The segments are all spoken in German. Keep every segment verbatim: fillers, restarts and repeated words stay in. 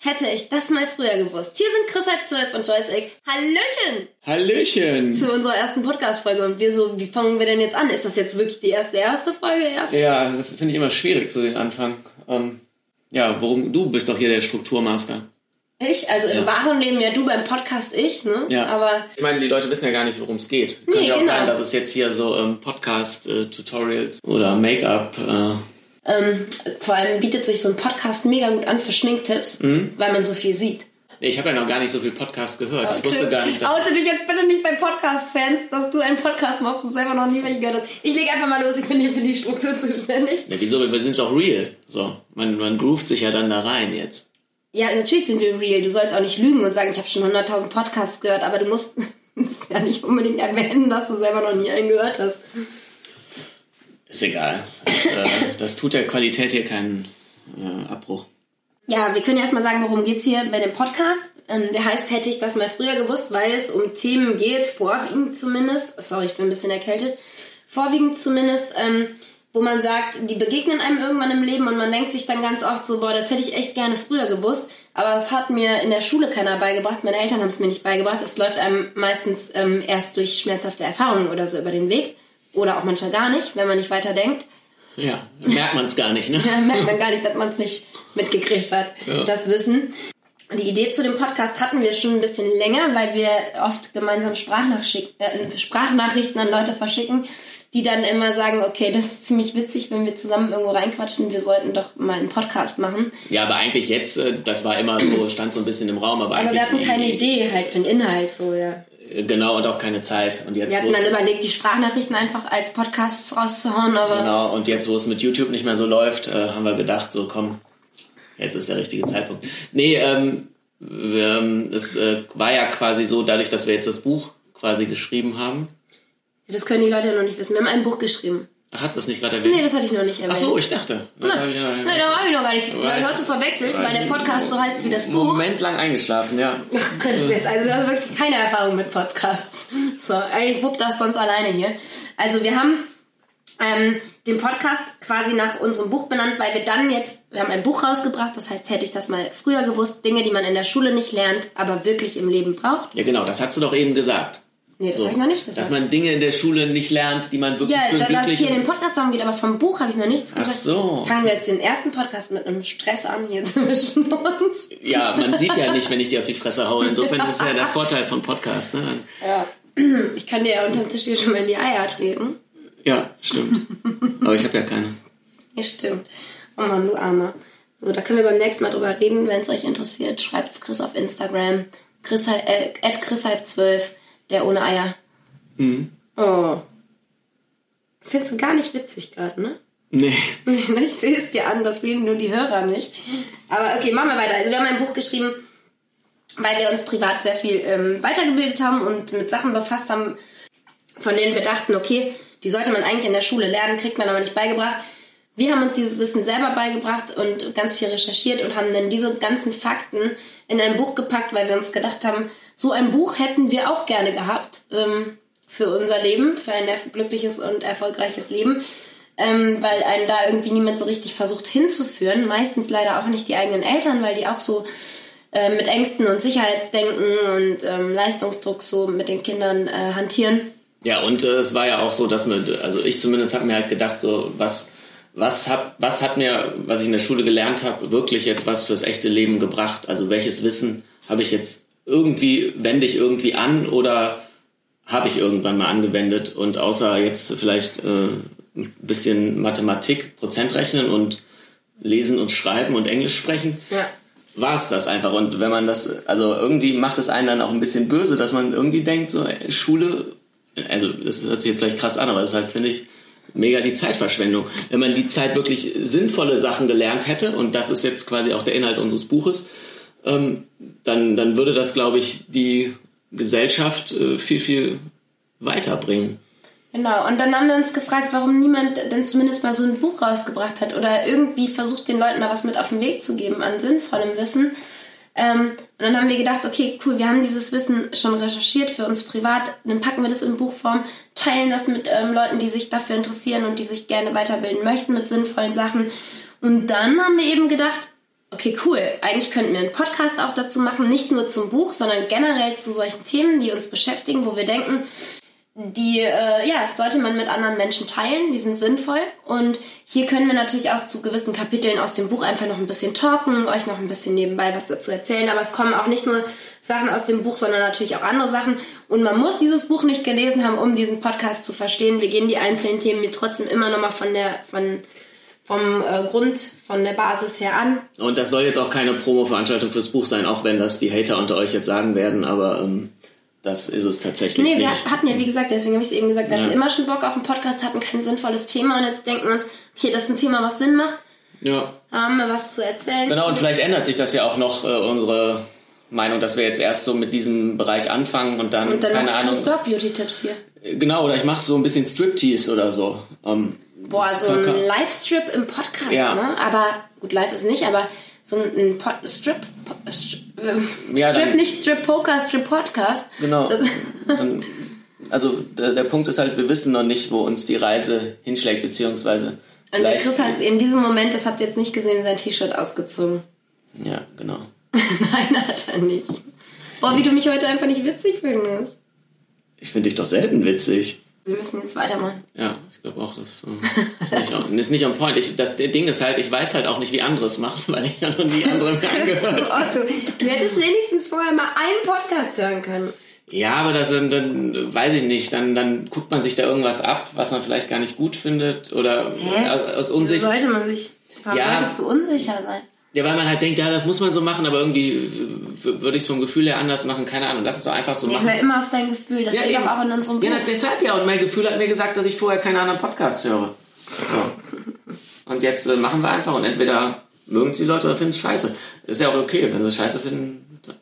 Hätte ich das mal früher gewusst. Hier sind Chris halb zwölf und Joyce Egg. Hallöchen! Hallöchen! Zu unserer ersten Podcast-Folge. Und wir so, wie fangen wir denn jetzt an? Ist das jetzt wirklich die erste, erste Folge? Erste? Ja, das finde ich immer schwierig, so den Anfang. Ähm, ja, worum, du bist doch hier der Strukturmaster. Ich? Also im ja. wahren Leben ja du, beim Podcast ich, ne? Ja. Aber ich meine, die Leute wissen ja gar nicht, worum es geht. Nee, Könnte ja auch genau. sein, dass es jetzt hier so ähm, Podcast-Tutorials oder Make-up... Äh, Ähm, vor allem bietet sich so ein Podcast mega gut an für Schminktipps, mhm. weil man so viel sieht. Ich habe ja noch gar nicht so viel Podcast gehört. Okay. Ich wusste gar nicht, dass... Oute dich jetzt bitte nicht bei Podcast-Fans, dass du einen Podcast machst und selber noch nie welche gehört hast. Ich leg einfach mal los, ich bin hier für die Struktur zuständig. Ja, wieso? Wir sind doch real. So, man, man groovt sich ja dann da rein jetzt. Ja, natürlich sind wir real. Du sollst auch nicht lügen und sagen, ich habe schon hunderttausend Podcasts gehört, aber du musst das ja nicht unbedingt erwähnen, dass du selber noch nie einen gehört hast. Ist egal. Das, äh, das tut der Qualität hier keinen äh, Abbruch. Ja, wir können erstmal sagen, worum geht's hier bei dem Podcast. Ähm, der heißt, hätte ich das mal früher gewusst, weil es um Themen geht, vorwiegend zumindest, sorry, ich bin ein bisschen erkältet, vorwiegend zumindest, ähm, wo man sagt, die begegnen einem irgendwann im Leben und man denkt sich dann ganz oft so, boah, das hätte ich echt gerne früher gewusst, aber es hat mir in der Schule keiner beigebracht, meine Eltern haben es mir nicht beigebracht, es läuft einem meistens ähm, erst durch schmerzhafte Erfahrungen oder so über den Weg. Oder auch manchmal gar nicht, wenn man nicht weiter denkt. Ja, merkt man es gar nicht, ne? Ja, merkt man gar nicht, dass man es nicht mitgekriegt hat, ja. Das Wissen. Die Idee zu dem Podcast hatten wir schon ein bisschen länger, weil wir oft gemeinsam Sprachnachschick- äh, Sprachnachrichten an Leute verschicken, die dann immer sagen, okay, das ist ziemlich witzig, wenn wir zusammen irgendwo reinquatschen, wir sollten doch mal einen Podcast machen. Ja, aber eigentlich jetzt, das war immer so, stand so ein bisschen im Raum. Aber, aber wir hatten keine Idee halt für den Inhalt, so, ja. Genau, und auch keine Zeit. Und jetzt, wir hatten dann überlegt, die Sprachnachrichten einfach als Podcasts rauszuhauen. Aber genau, und jetzt, wo es mit YouTube nicht mehr so läuft, äh, haben wir gedacht, so komm, jetzt ist der richtige Zeitpunkt. Nee, ähm, wir, es äh, war ja quasi so, dadurch, dass wir jetzt das Buch quasi geschrieben haben. Das können die Leute ja noch nicht wissen. Wir haben ein Buch geschrieben. Ach, hat das nicht gerade erwähnt? Nee, das hatte ich noch nicht erwähnt. Ach so, ich dachte. Das Na, hab ich noch nicht. Nein, da habe ich noch gar nicht. Das hast du verwechselt, weil der Podcast so heißt wie das Buch. Moment lang eingeschlafen, ja. Das ist jetzt, also du hast wirklich keine Erfahrung mit Podcasts. So, ich wupp das sonst alleine hier. Also wir haben ähm, den Podcast quasi nach unserem Buch benannt, weil wir dann jetzt, wir haben ein Buch rausgebracht, das heißt, hätte ich das mal früher gewusst, Dinge, die man in der Schule nicht lernt, aber wirklich im Leben braucht. Ja genau, das hast du doch eben gesagt. Nee, das so, habe ich noch nicht gesagt. Dass man Dinge in der Schule nicht lernt, die man wirklich ja, für da, dass es hier in glücklich... dem Podcast darum geht, aber vom Buch habe ich noch nichts gesagt. Ach so. Fangen wir jetzt den ersten Podcast mit einem Stress an hier zwischen uns. Ja, man sieht ja nicht, wenn ich dir auf die Fresse haue. Insofern ja. Ist ja der Vorteil von Podcast. Ne? Ja, ich kann dir ja unterm Tisch hier schon mal in die Eier treten. Ja, stimmt. Aber ich habe ja keine. Ja, stimmt. Oh Mann, du Armer. So, da können wir beim nächsten Mal drüber reden, wenn es euch interessiert. Schreibt's Chris auf Instagram. Chris, äh, at Chris halb zwölf, der ohne Eier. Mhm. Oh. Findest du gar nicht witzig gerade, ne? Nee. Ich sehe es dir an, das sehen nur die Hörer nicht. Aber okay, machen wir weiter. Also wir haben ein Buch geschrieben, weil wir uns privat sehr viel ähm, weitergebildet haben und mit Sachen befasst haben, von denen wir dachten, okay, die sollte man eigentlich in der Schule lernen, kriegt man aber nicht beigebracht. Wir haben uns dieses Wissen selber beigebracht und ganz viel recherchiert und haben dann diese ganzen Fakten in ein Buch gepackt, weil wir uns gedacht haben, so ein Buch hätten wir auch gerne gehabt ähm, für unser Leben, für ein glückliches und erfolgreiches Leben, ähm, weil einen da irgendwie niemand so richtig versucht hinzuführen. Meistens leider auch nicht die eigenen Eltern, weil die auch so äh, mit Ängsten und Sicherheitsdenken und ähm, Leistungsdruck so mit den Kindern äh, hantieren. Ja, und äh, es war ja auch so, dass mir, also ich zumindest habe mir halt gedacht, so was... Was, hab, was hat mir, was ich in der Schule gelernt habe, wirklich jetzt was fürs echte Leben gebracht? Also welches Wissen habe ich jetzt irgendwie, wende ich irgendwie an oder habe ich irgendwann mal angewendet? Und außer jetzt vielleicht äh, ein bisschen Mathematik, Prozentrechnen und Lesen und Schreiben und Englisch sprechen, ja. War es das einfach. Und wenn man das, also irgendwie macht es einen dann auch ein bisschen böse, dass man irgendwie denkt, so Schule, also das hört sich jetzt vielleicht krass an, aber das ist halt, finde ich, mega die Zeitverschwendung. Wenn man die Zeit wirklich sinnvolle Sachen gelernt hätte, und das ist jetzt quasi auch der Inhalt unseres Buches, ähm, dann, dann würde das, glaube ich, die Gesellschaft äh, viel, viel weiterbringen. Genau, und dann haben wir uns gefragt, warum niemand denn zumindest mal so ein Buch rausgebracht hat oder irgendwie versucht, den Leuten da was mit auf den Weg zu geben an sinnvollem Wissen. Ähm, und dann haben wir gedacht, okay, cool, wir haben dieses Wissen schon recherchiert für uns privat, dann packen wir das in Buchform, teilen das mit ähm, Leuten, die sich dafür interessieren und die sich gerne weiterbilden möchten mit sinnvollen Sachen. Und dann haben wir eben gedacht, okay, cool, eigentlich könnten wir einen Podcast auch dazu machen, nicht nur zum Buch, sondern generell zu solchen Themen, die uns beschäftigen, wo wir denken, die äh, ja, sollte man mit anderen Menschen teilen, die sind sinnvoll. Und hier können wir natürlich auch zu gewissen Kapiteln aus dem Buch einfach noch ein bisschen talken, euch noch ein bisschen nebenbei was dazu erzählen. Aber es kommen auch nicht nur Sachen aus dem Buch, sondern natürlich auch andere Sachen. Und man muss dieses Buch nicht gelesen haben, um diesen Podcast zu verstehen. Wir gehen die einzelnen Themen mir trotzdem immer nochmal von der, von, vom äh, Grund, von der Basis her an. Und das soll jetzt auch keine Promo-Veranstaltung fürs Buch sein, auch wenn das die Hater unter euch jetzt sagen werden, aber ähm das ist es tatsächlich nee, nicht. Nee, wir hatten ja, wie gesagt, deswegen habe ich es eben gesagt, wir ja. hatten immer schon Bock auf einen Podcast, hatten kein sinnvolles Thema und jetzt denken wir uns, okay, das ist ein Thema, was Sinn macht. Ja. Haben wir was zu erzählen. Genau, und vielleicht ändert sich das ja auch noch, äh, unsere Meinung, dass wir jetzt erst so mit diesem Bereich anfangen und dann, und dann keine macht Ahnung. Chris Beauty-Tipps hier. Genau, oder ich mache so ein bisschen Striptease oder so. Ähm, Boah, so ein Live-Strip im Podcast, ja. ne? Aber, gut, live ist nicht, aber so ein Pod, Strip, Strip, äh, ja, Strip dann, nicht Strip-Poker, Strip-Podcast. Genau. Dann, also der, der Punkt ist halt, wir wissen noch nicht, wo uns die Reise hinschlägt, beziehungsweise und der Chris hat in diesem Moment, das habt ihr jetzt nicht gesehen, sein T-Shirt ausgezogen. Ja, genau. Nein, hat er nicht. Boah, wie du mich heute einfach nicht witzig findest. Ich finde dich doch selten witzig. Wir müssen jetzt weitermachen. Ja, ich glaube auch, das äh, ist, nicht on, ist nicht on point. Ich, das Ding ist halt, ich weiß halt auch nicht, wie andere es machen, weil ich ja noch nie andere angehört habe. Otto, du hättest wenigstens vorher mal einen Podcast hören können. Ja, aber das dann, dann weiß ich nicht, dann, dann guckt man sich da irgendwas ab, was man vielleicht gar nicht gut findet oder Hä? aus, aus Unsicherheit. Sollte man sich, warum ja, solltest du unsicher sein? Ja, weil man halt denkt, ja, das muss man so machen, aber irgendwie würde ich es vom Gefühl her anders machen, keine Ahnung, lass es doch einfach so ich machen. Ich höre immer auf dein Gefühl, das ja, steht eben. auch in unserem Buch. Ja, deshalb ja, und mein Gefühl hat mir gesagt, dass ich vorher keine anderen Podcasts höre. So. Und jetzt äh, machen wir einfach und entweder mögen es die Leute oder finden es scheiße. Ist ja auch okay, wenn sie es scheiße finden, dann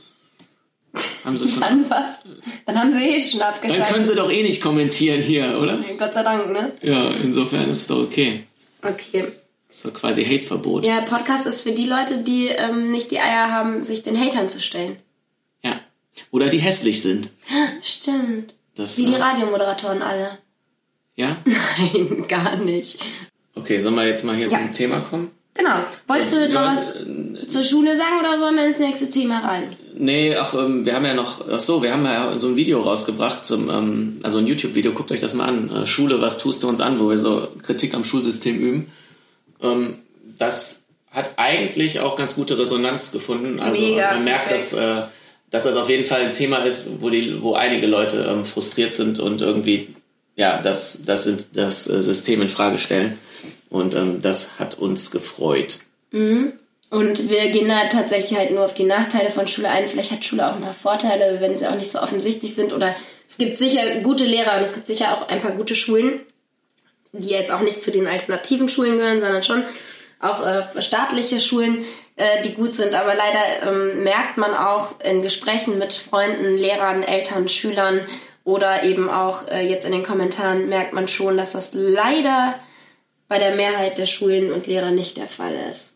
haben sie schon... Dann was? Dann haben sie eh schon abgeschaltet. Dann können sie doch eh nicht kommentieren hier, oder? Gott sei Dank, ne? Ja, insofern ist es doch okay. Okay. So quasi Hateverbot. Ja, Podcast ist für die Leute, die ähm, nicht die Eier haben, sich den Hatern zu stellen. Ja. Oder die hässlich sind. Stimmt. Das, Wie die äh, Radiomoderatoren alle. Ja? Nein, gar nicht. Okay, sollen wir jetzt mal hier ja. zum Thema kommen? Genau. Wolltest so, du noch ja, was äh, zur Schule sagen oder sollen wir ins nächste Thema rein? Nee, ach, ähm, wir haben ja noch, ach so, wir haben ja so ein Video rausgebracht, zum, ähm, also ein YouTube-Video, guckt euch das mal an. Äh, Schule, was tust du uns an, wo wir so Kritik am Schulsystem üben. Ähm, das hat eigentlich auch ganz gute Resonanz gefunden. Also Mega man merkt, dass, äh, dass das auf jeden Fall ein Thema ist, wo die, wo einige Leute ähm, frustriert sind und irgendwie ja das, das, sind, das äh, System in Frage stellen. Und ähm, das hat uns gefreut. Mhm. Und wir gehen da tatsächlich halt nur auf die Nachteile von Schule ein. Vielleicht hat Schule auch ein paar Vorteile, wenn sie auch nicht so offensichtlich sind. Oder es gibt sicher gute Lehrer und es gibt sicher auch ein paar gute Schulen, die jetzt auch nicht zu den alternativen Schulen gehören, sondern schon auch äh, staatliche Schulen, äh, die gut sind. Aber leider ähm, merkt man auch in Gesprächen mit Freunden, Lehrern, Eltern, Schülern oder eben auch äh, jetzt in den Kommentaren merkt man schon, dass das leider bei der Mehrheit der Schulen und Lehrer nicht der Fall ist.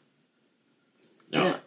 Ja. ja.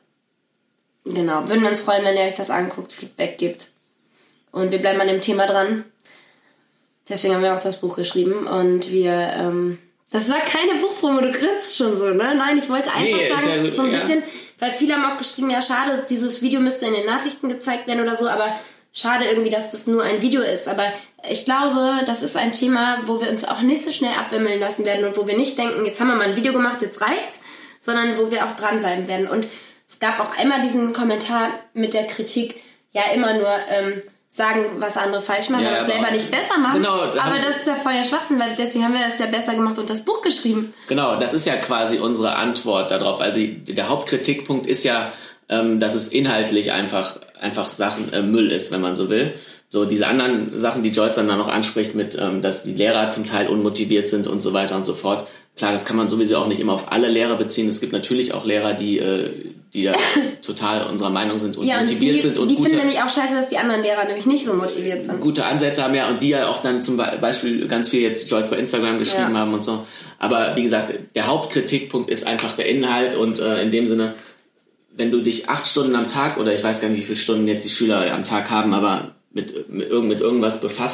Genau. Würden uns freuen, wenn ihr euch das anguckt, Feedback gibt. Und wir bleiben an dem Thema dran. Deswegen haben wir auch das Buch geschrieben. Und wir, ähm, das war keine Buchpromo, du grinst schon so, ne? Nein, ich wollte einfach nee, sagen, ja gut, so ein ja. bisschen, weil viele haben auch geschrieben, ja schade, dieses Video müsste in den Nachrichten gezeigt werden oder so, aber schade irgendwie, dass das nur ein Video ist. Aber ich glaube, das ist ein Thema, wo wir uns auch nicht so schnell abwimmeln lassen werden und wo wir nicht denken, jetzt haben wir mal ein Video gemacht, jetzt reicht's, sondern wo wir auch dranbleiben werden. Und es gab auch einmal diesen Kommentar mit der Kritik, ja immer nur ähm, sagen, was andere falsch machen, ja, aber es selber nicht besser machen. Genau, da aber das ist ja voll der Schwachsinn, weil deswegen haben wir das ja besser gemacht und das Buch geschrieben. Genau, das ist ja quasi unsere Antwort darauf. Also die, der Hauptkritikpunkt ist ja, ähm, dass es inhaltlich einfach einfach Sachen äh, Müll ist, wenn man so will. So diese anderen Sachen, die Joyce dann noch anspricht, mit, ähm, dass die Lehrer zum Teil unmotiviert sind und so weiter und so fort. Klar, das kann man sowieso auch nicht immer auf alle Lehrer beziehen. Es gibt natürlich auch Lehrer, die, äh, die ja total unserer Meinung sind und ja, motiviert und die, sind. Und die gute, finden nämlich auch scheiße, dass die anderen Lehrer nämlich nicht so motiviert sind. Gute Ansätze haben ja und die ja auch dann zum Beispiel ganz viel jetzt Joyce bei Instagram geschrieben ja. haben und so. Aber wie gesagt, der Hauptkritikpunkt ist einfach der Inhalt und äh, in dem Sinne, wenn du dich acht Stunden am Tag oder ich weiß gar nicht, wie viele Stunden jetzt die Schüler am Tag haben, aber mit, mit, irgend, mit irgendwas befasst,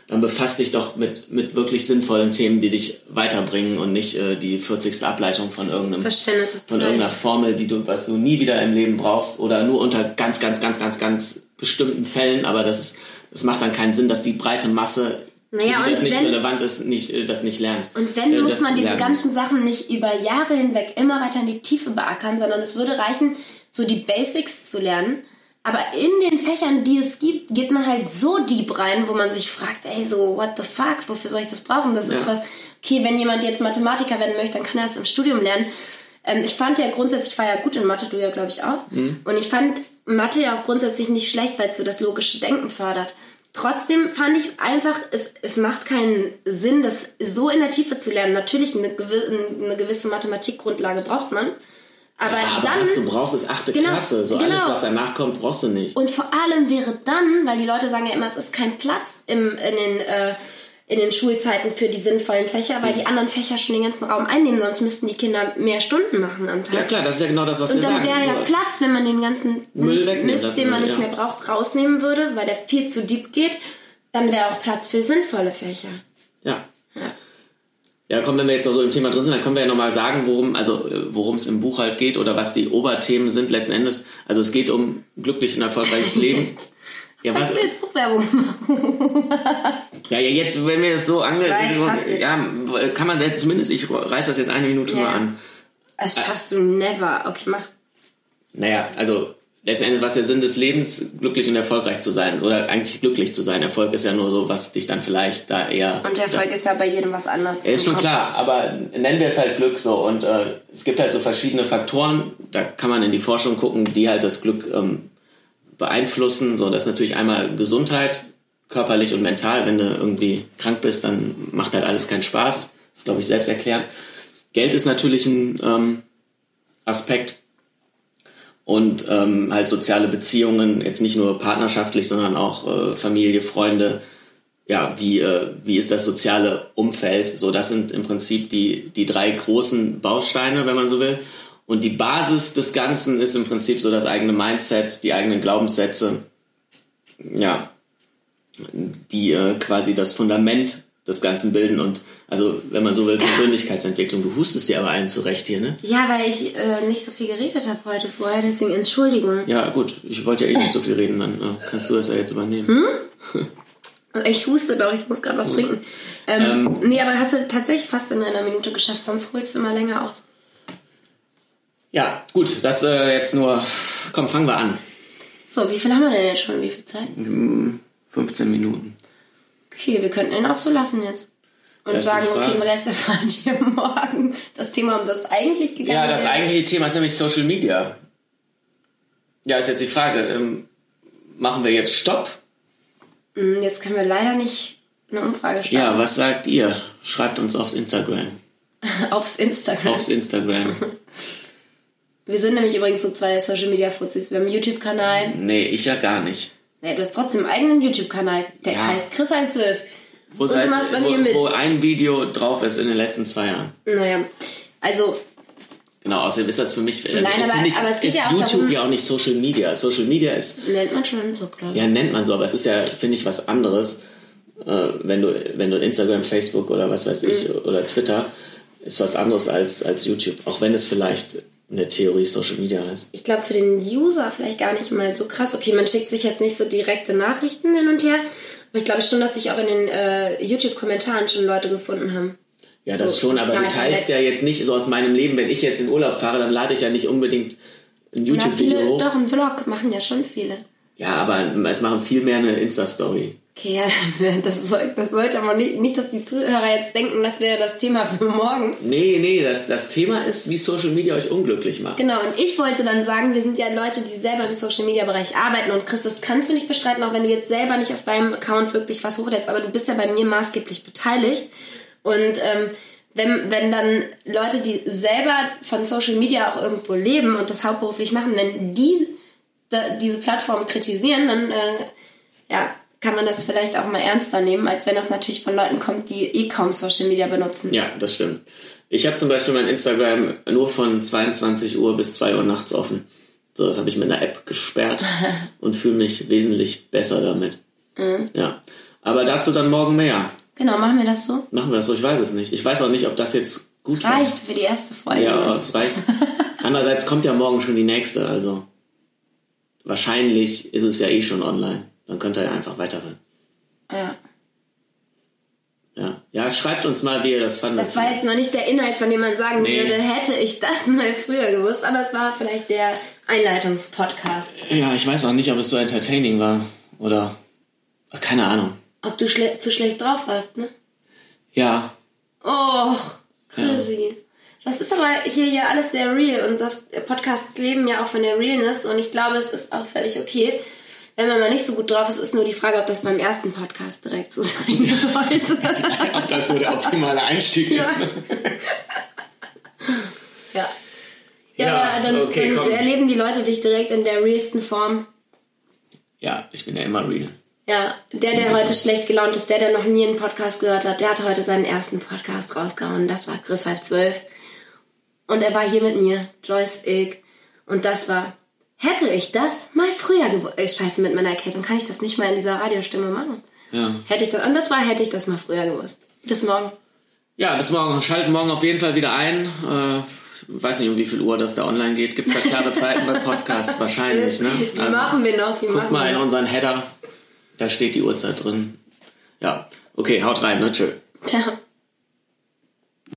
dann befasst dich doch mit, mit wirklich sinnvollen Themen, die dich weiterbringen und nicht äh, die vierzigste Ableitung von irgendeinem, von irgendeiner Formel, die du, was du nie wieder im Leben brauchst oder nur unter ganz, ganz, ganz, ganz, ganz bestimmten Fällen, aber das ist, das macht dann keinen Sinn, dass die breite Masse, naja, die das nicht wenn, relevant ist, nicht, das nicht lernt. Und wenn, äh, muss man diese lernen. ganzen Sachen nicht über Jahre hinweg immer weiter in die Tiefe beackern, sondern es würde reichen, so die Basics zu lernen. Aber in den Fächern, die es gibt, geht man halt so deep rein, wo man sich fragt, ey, so, what the fuck, wofür soll ich das brauchen? Das ja. ist was, okay, wenn jemand jetzt Mathematiker werden möchte, dann kann er das im Studium lernen. Ähm, ich fand ja grundsätzlich, ich war ja gut in Mathe, du ja, glaube ich, auch. Mhm. Und ich fand Mathe ja auch grundsätzlich nicht schlecht, weil es so das logische Denken fördert. Trotzdem fand ich einfach, es, es macht keinen Sinn, das so in der Tiefe zu lernen. Natürlich eine, eine gewisse Mathematikgrundlage braucht man. Aber, ja, aber dann, was du brauchst, ist achte genau, Klasse. So genau. Alles, was danach kommt, brauchst du nicht. Und vor allem wäre dann, weil die Leute sagen ja immer, es ist kein Platz im, in, den, äh, in den Schulzeiten für die sinnvollen Fächer, weil mhm. die anderen Fächer schon den ganzen Raum einnehmen, sonst müssten die Kinder mehr Stunden machen am Tag. Ja klar, das ist ja genau das, was und wir sagen. Und dann wäre ja Platz, wenn man den ganzen Müll wegnimmt, Mist, den man nicht ja. mehr braucht, rausnehmen würde, weil der viel zu deep geht, dann wäre auch Platz für sinnvolle Fächer. Ja. Ja. Ja, komm, wenn wir jetzt noch so im Thema drin sind, dann können wir ja nochmal sagen, worum, also, worum es im Buch halt geht oder was die Oberthemen sind letzten Endes. Also es geht um glücklich und erfolgreiches Leben. Ja, was du jetzt Buchwerbung machen? ja, ja, jetzt, wenn wir es so ange... Weiß, ja, kann man denn zumindest, ich reiß das jetzt eine Minute ja. mal an. Das schaffst du never. Okay, mach. Naja, also letzten Endes, was der Sinn des Lebens, glücklich und erfolgreich zu sein oder eigentlich glücklich zu sein. Erfolg ist ja nur so, was dich dann vielleicht da eher... Und Erfolg da, ist ja bei jedem was anderes. Ja, ist schon Kopf. Klar, aber nennen wir es halt Glück so. Und äh, es gibt halt so verschiedene Faktoren, da kann man in die Forschung gucken, die halt das Glück ähm, beeinflussen. So, das ist natürlich einmal Gesundheit, körperlich und mental. Wenn du irgendwie krank bist, dann macht halt alles keinen Spaß. Das ist, glaube ich, selbst erklärt. Geld ist natürlich ein ähm, Aspekt. Und ähm, halt soziale Beziehungen, jetzt nicht nur partnerschaftlich, sondern auch äh, Familie, Freunde. Ja, wie äh, wie ist das soziale Umfeld? So, das sind im Prinzip die die drei großen Bausteine, wenn man so will. Und die Basis des Ganzen ist im Prinzip so das eigene Mindset, die eigenen Glaubenssätze. Ja, die äh, quasi das Fundament des Ganzen bilden und also, wenn man so will, Persönlichkeitsentwicklung. Du hustest dir aber einen zurecht hier, ne? Ja, weil ich äh, nicht so viel geredet habe heute vorher, deswegen Entschuldigung. Ja, gut, ich wollte ja eh nicht so viel reden, dann äh, kannst du das ja jetzt übernehmen. Hm? Ich huste doch, ich muss gerade was trinken. Ähm, ähm, nee, aber hast du tatsächlich fast in einer Minute geschafft, sonst holst du immer länger aus. Ja, gut, das äh, jetzt nur... Komm, fangen wir an. So, wie viel haben wir denn jetzt schon? Wie viel Zeit? fünfzehn Minuten. Okay, wir könnten ihn auch so lassen jetzt. Und sagen, okay, der Rest erfahren wir morgen. Das Thema, um das eigentlich gegangen ist. Ja, das eigentliche Thema ist nämlich Social Media. Ja, ist jetzt die Frage, ähm, machen wir jetzt Stopp? Jetzt können wir leider nicht eine Umfrage starten. Ja, was sagt ihr? Schreibt uns aufs Instagram. Aufs Instagram? Aufs Instagram. Wir sind nämlich übrigens so zwei Social Media Fuzis. Wir haben einen YouTube-Kanal. Nee, ich ja gar nicht. Nee, du hast trotzdem einen eigenen YouTube-Kanal. Der ja. heißt Chris eins zwölf. Wo, seit, wo, wo ein Video drauf ist in den letzten zwei Jahren. Naja, also... Genau, außerdem ist das für mich... Also Nein, aber, ich, aber es geht ist ja auch YouTube darum, ja auch nicht Social Media. Social Media ist... Nennt man schon so, glaube ich. Ja, nennt man so, aber es ist ja, finde ich, was anderes. Äh, wenn du wenn du Instagram, Facebook oder was weiß ich, mhm. oder Twitter, ist was anderes als, als YouTube. Auch wenn es vielleicht... in der Theorie Social Media heißt. Ich glaube, für den User vielleicht gar nicht mal so krass. Okay, man schickt sich jetzt nicht so direkte Nachrichten hin und her, aber ich glaube schon, dass sich auch in den äh, YouTube-Kommentaren schon Leute gefunden haben. Ja, das so, schon, aber du teilst ja jetzt nicht so aus meinem Leben, wenn ich jetzt in Urlaub fahre, dann lade ich ja nicht unbedingt ein YouTube-Video hoch. Doch, einen Vlog machen ja schon viele. Ja, aber es machen viel mehr eine Insta-Story. Okay, ja, das, soll, das sollte man nicht, nicht, dass die Zuhörer jetzt denken, das wäre das Thema für morgen. Nee, nee, das, das Thema ist, wie Social Media euch unglücklich macht. Genau, und ich wollte dann sagen, wir sind ja Leute, die selber im Social Media Bereich arbeiten und Chris, das kannst du nicht bestreiten, auch wenn du jetzt selber nicht auf deinem Account wirklich was hochlädst, aber du bist ja bei mir maßgeblich beteiligt und ähm, wenn, wenn dann Leute, die selber von Social Media auch irgendwo leben und das hauptberuflich machen, wenn die da, diese Plattform kritisieren, dann äh, ja, kann man das vielleicht auch mal ernster nehmen, als wenn das natürlich von Leuten kommt, die eh kaum Social Media benutzen. Ja, das stimmt. Ich habe zum Beispiel mein Instagram nur von zweiundzwanzig Uhr bis zwei Uhr nachts offen. So, das habe ich mit einer App gesperrt und fühle mich wesentlich besser damit. Mhm. Ja. Aber dazu dann morgen mehr. Genau, machen wir das so? Machen wir das so, ich weiß es nicht. Ich weiß auch nicht, ob das jetzt gut reicht war. Reicht für die erste Folge. Ja, es reicht. Andererseits kommt ja morgen schon die nächste, also wahrscheinlich ist es ja eh schon online. Dann könnt ihr ja einfach weiterhören. Ja. Ja. Ja, schreibt uns mal, wie ihr das fandet. Das war jetzt noch nicht der Inhalt, von dem man sagen nee. würde, hätte ich das mal früher gewusst, aber es war vielleicht der Einleitungspodcast. Ja, ich weiß auch nicht, ob es so entertaining war oder keine Ahnung. Ob du schle- zu schlecht drauf warst, ne? Ja. Och, crazy. Ja. Das ist aber hier ja alles sehr real und das Podcasts leben ja auch von der Realness und ich glaube, es ist auch völlig okay. Wenn man mal nicht so gut drauf ist, ist nur die Frage, ob das beim ersten Podcast direkt so sein sollte. Ob das so der optimale Einstieg ja. ist. Ne? ja. Ja, ja aber dann, okay, dann erleben die Leute dich direkt in der realsten Form. Ja, ich bin ja immer real. Ja, der, der heute schlecht gelaunt ist, der, der noch nie einen Podcast gehört hat, der hat heute seinen ersten Podcast rausgehauen. Das war Chris halb zwölf. Und er war hier mit mir, Joyce Ilk. Und das war, hätte ich das mal früher gewusst. Äh, scheiße, mit meiner Erkältung kann ich das nicht mal in dieser Radiostimme machen. Ja. Hätte ich das, und das war, hätte ich das mal früher gewusst. Bis morgen. Ja, bis morgen. Schaltet morgen auf jeden Fall wieder ein. Äh, weiß nicht, um wie viel Uhr das da online geht. Gibt es da klare Zeiten bei Podcasts? Wahrscheinlich, ne? Die also, machen wir noch, die guck machen mal wir. in unseren Header. Da steht die Uhrzeit drin. Ja, okay, haut rein, ne? Tschö. Ciao.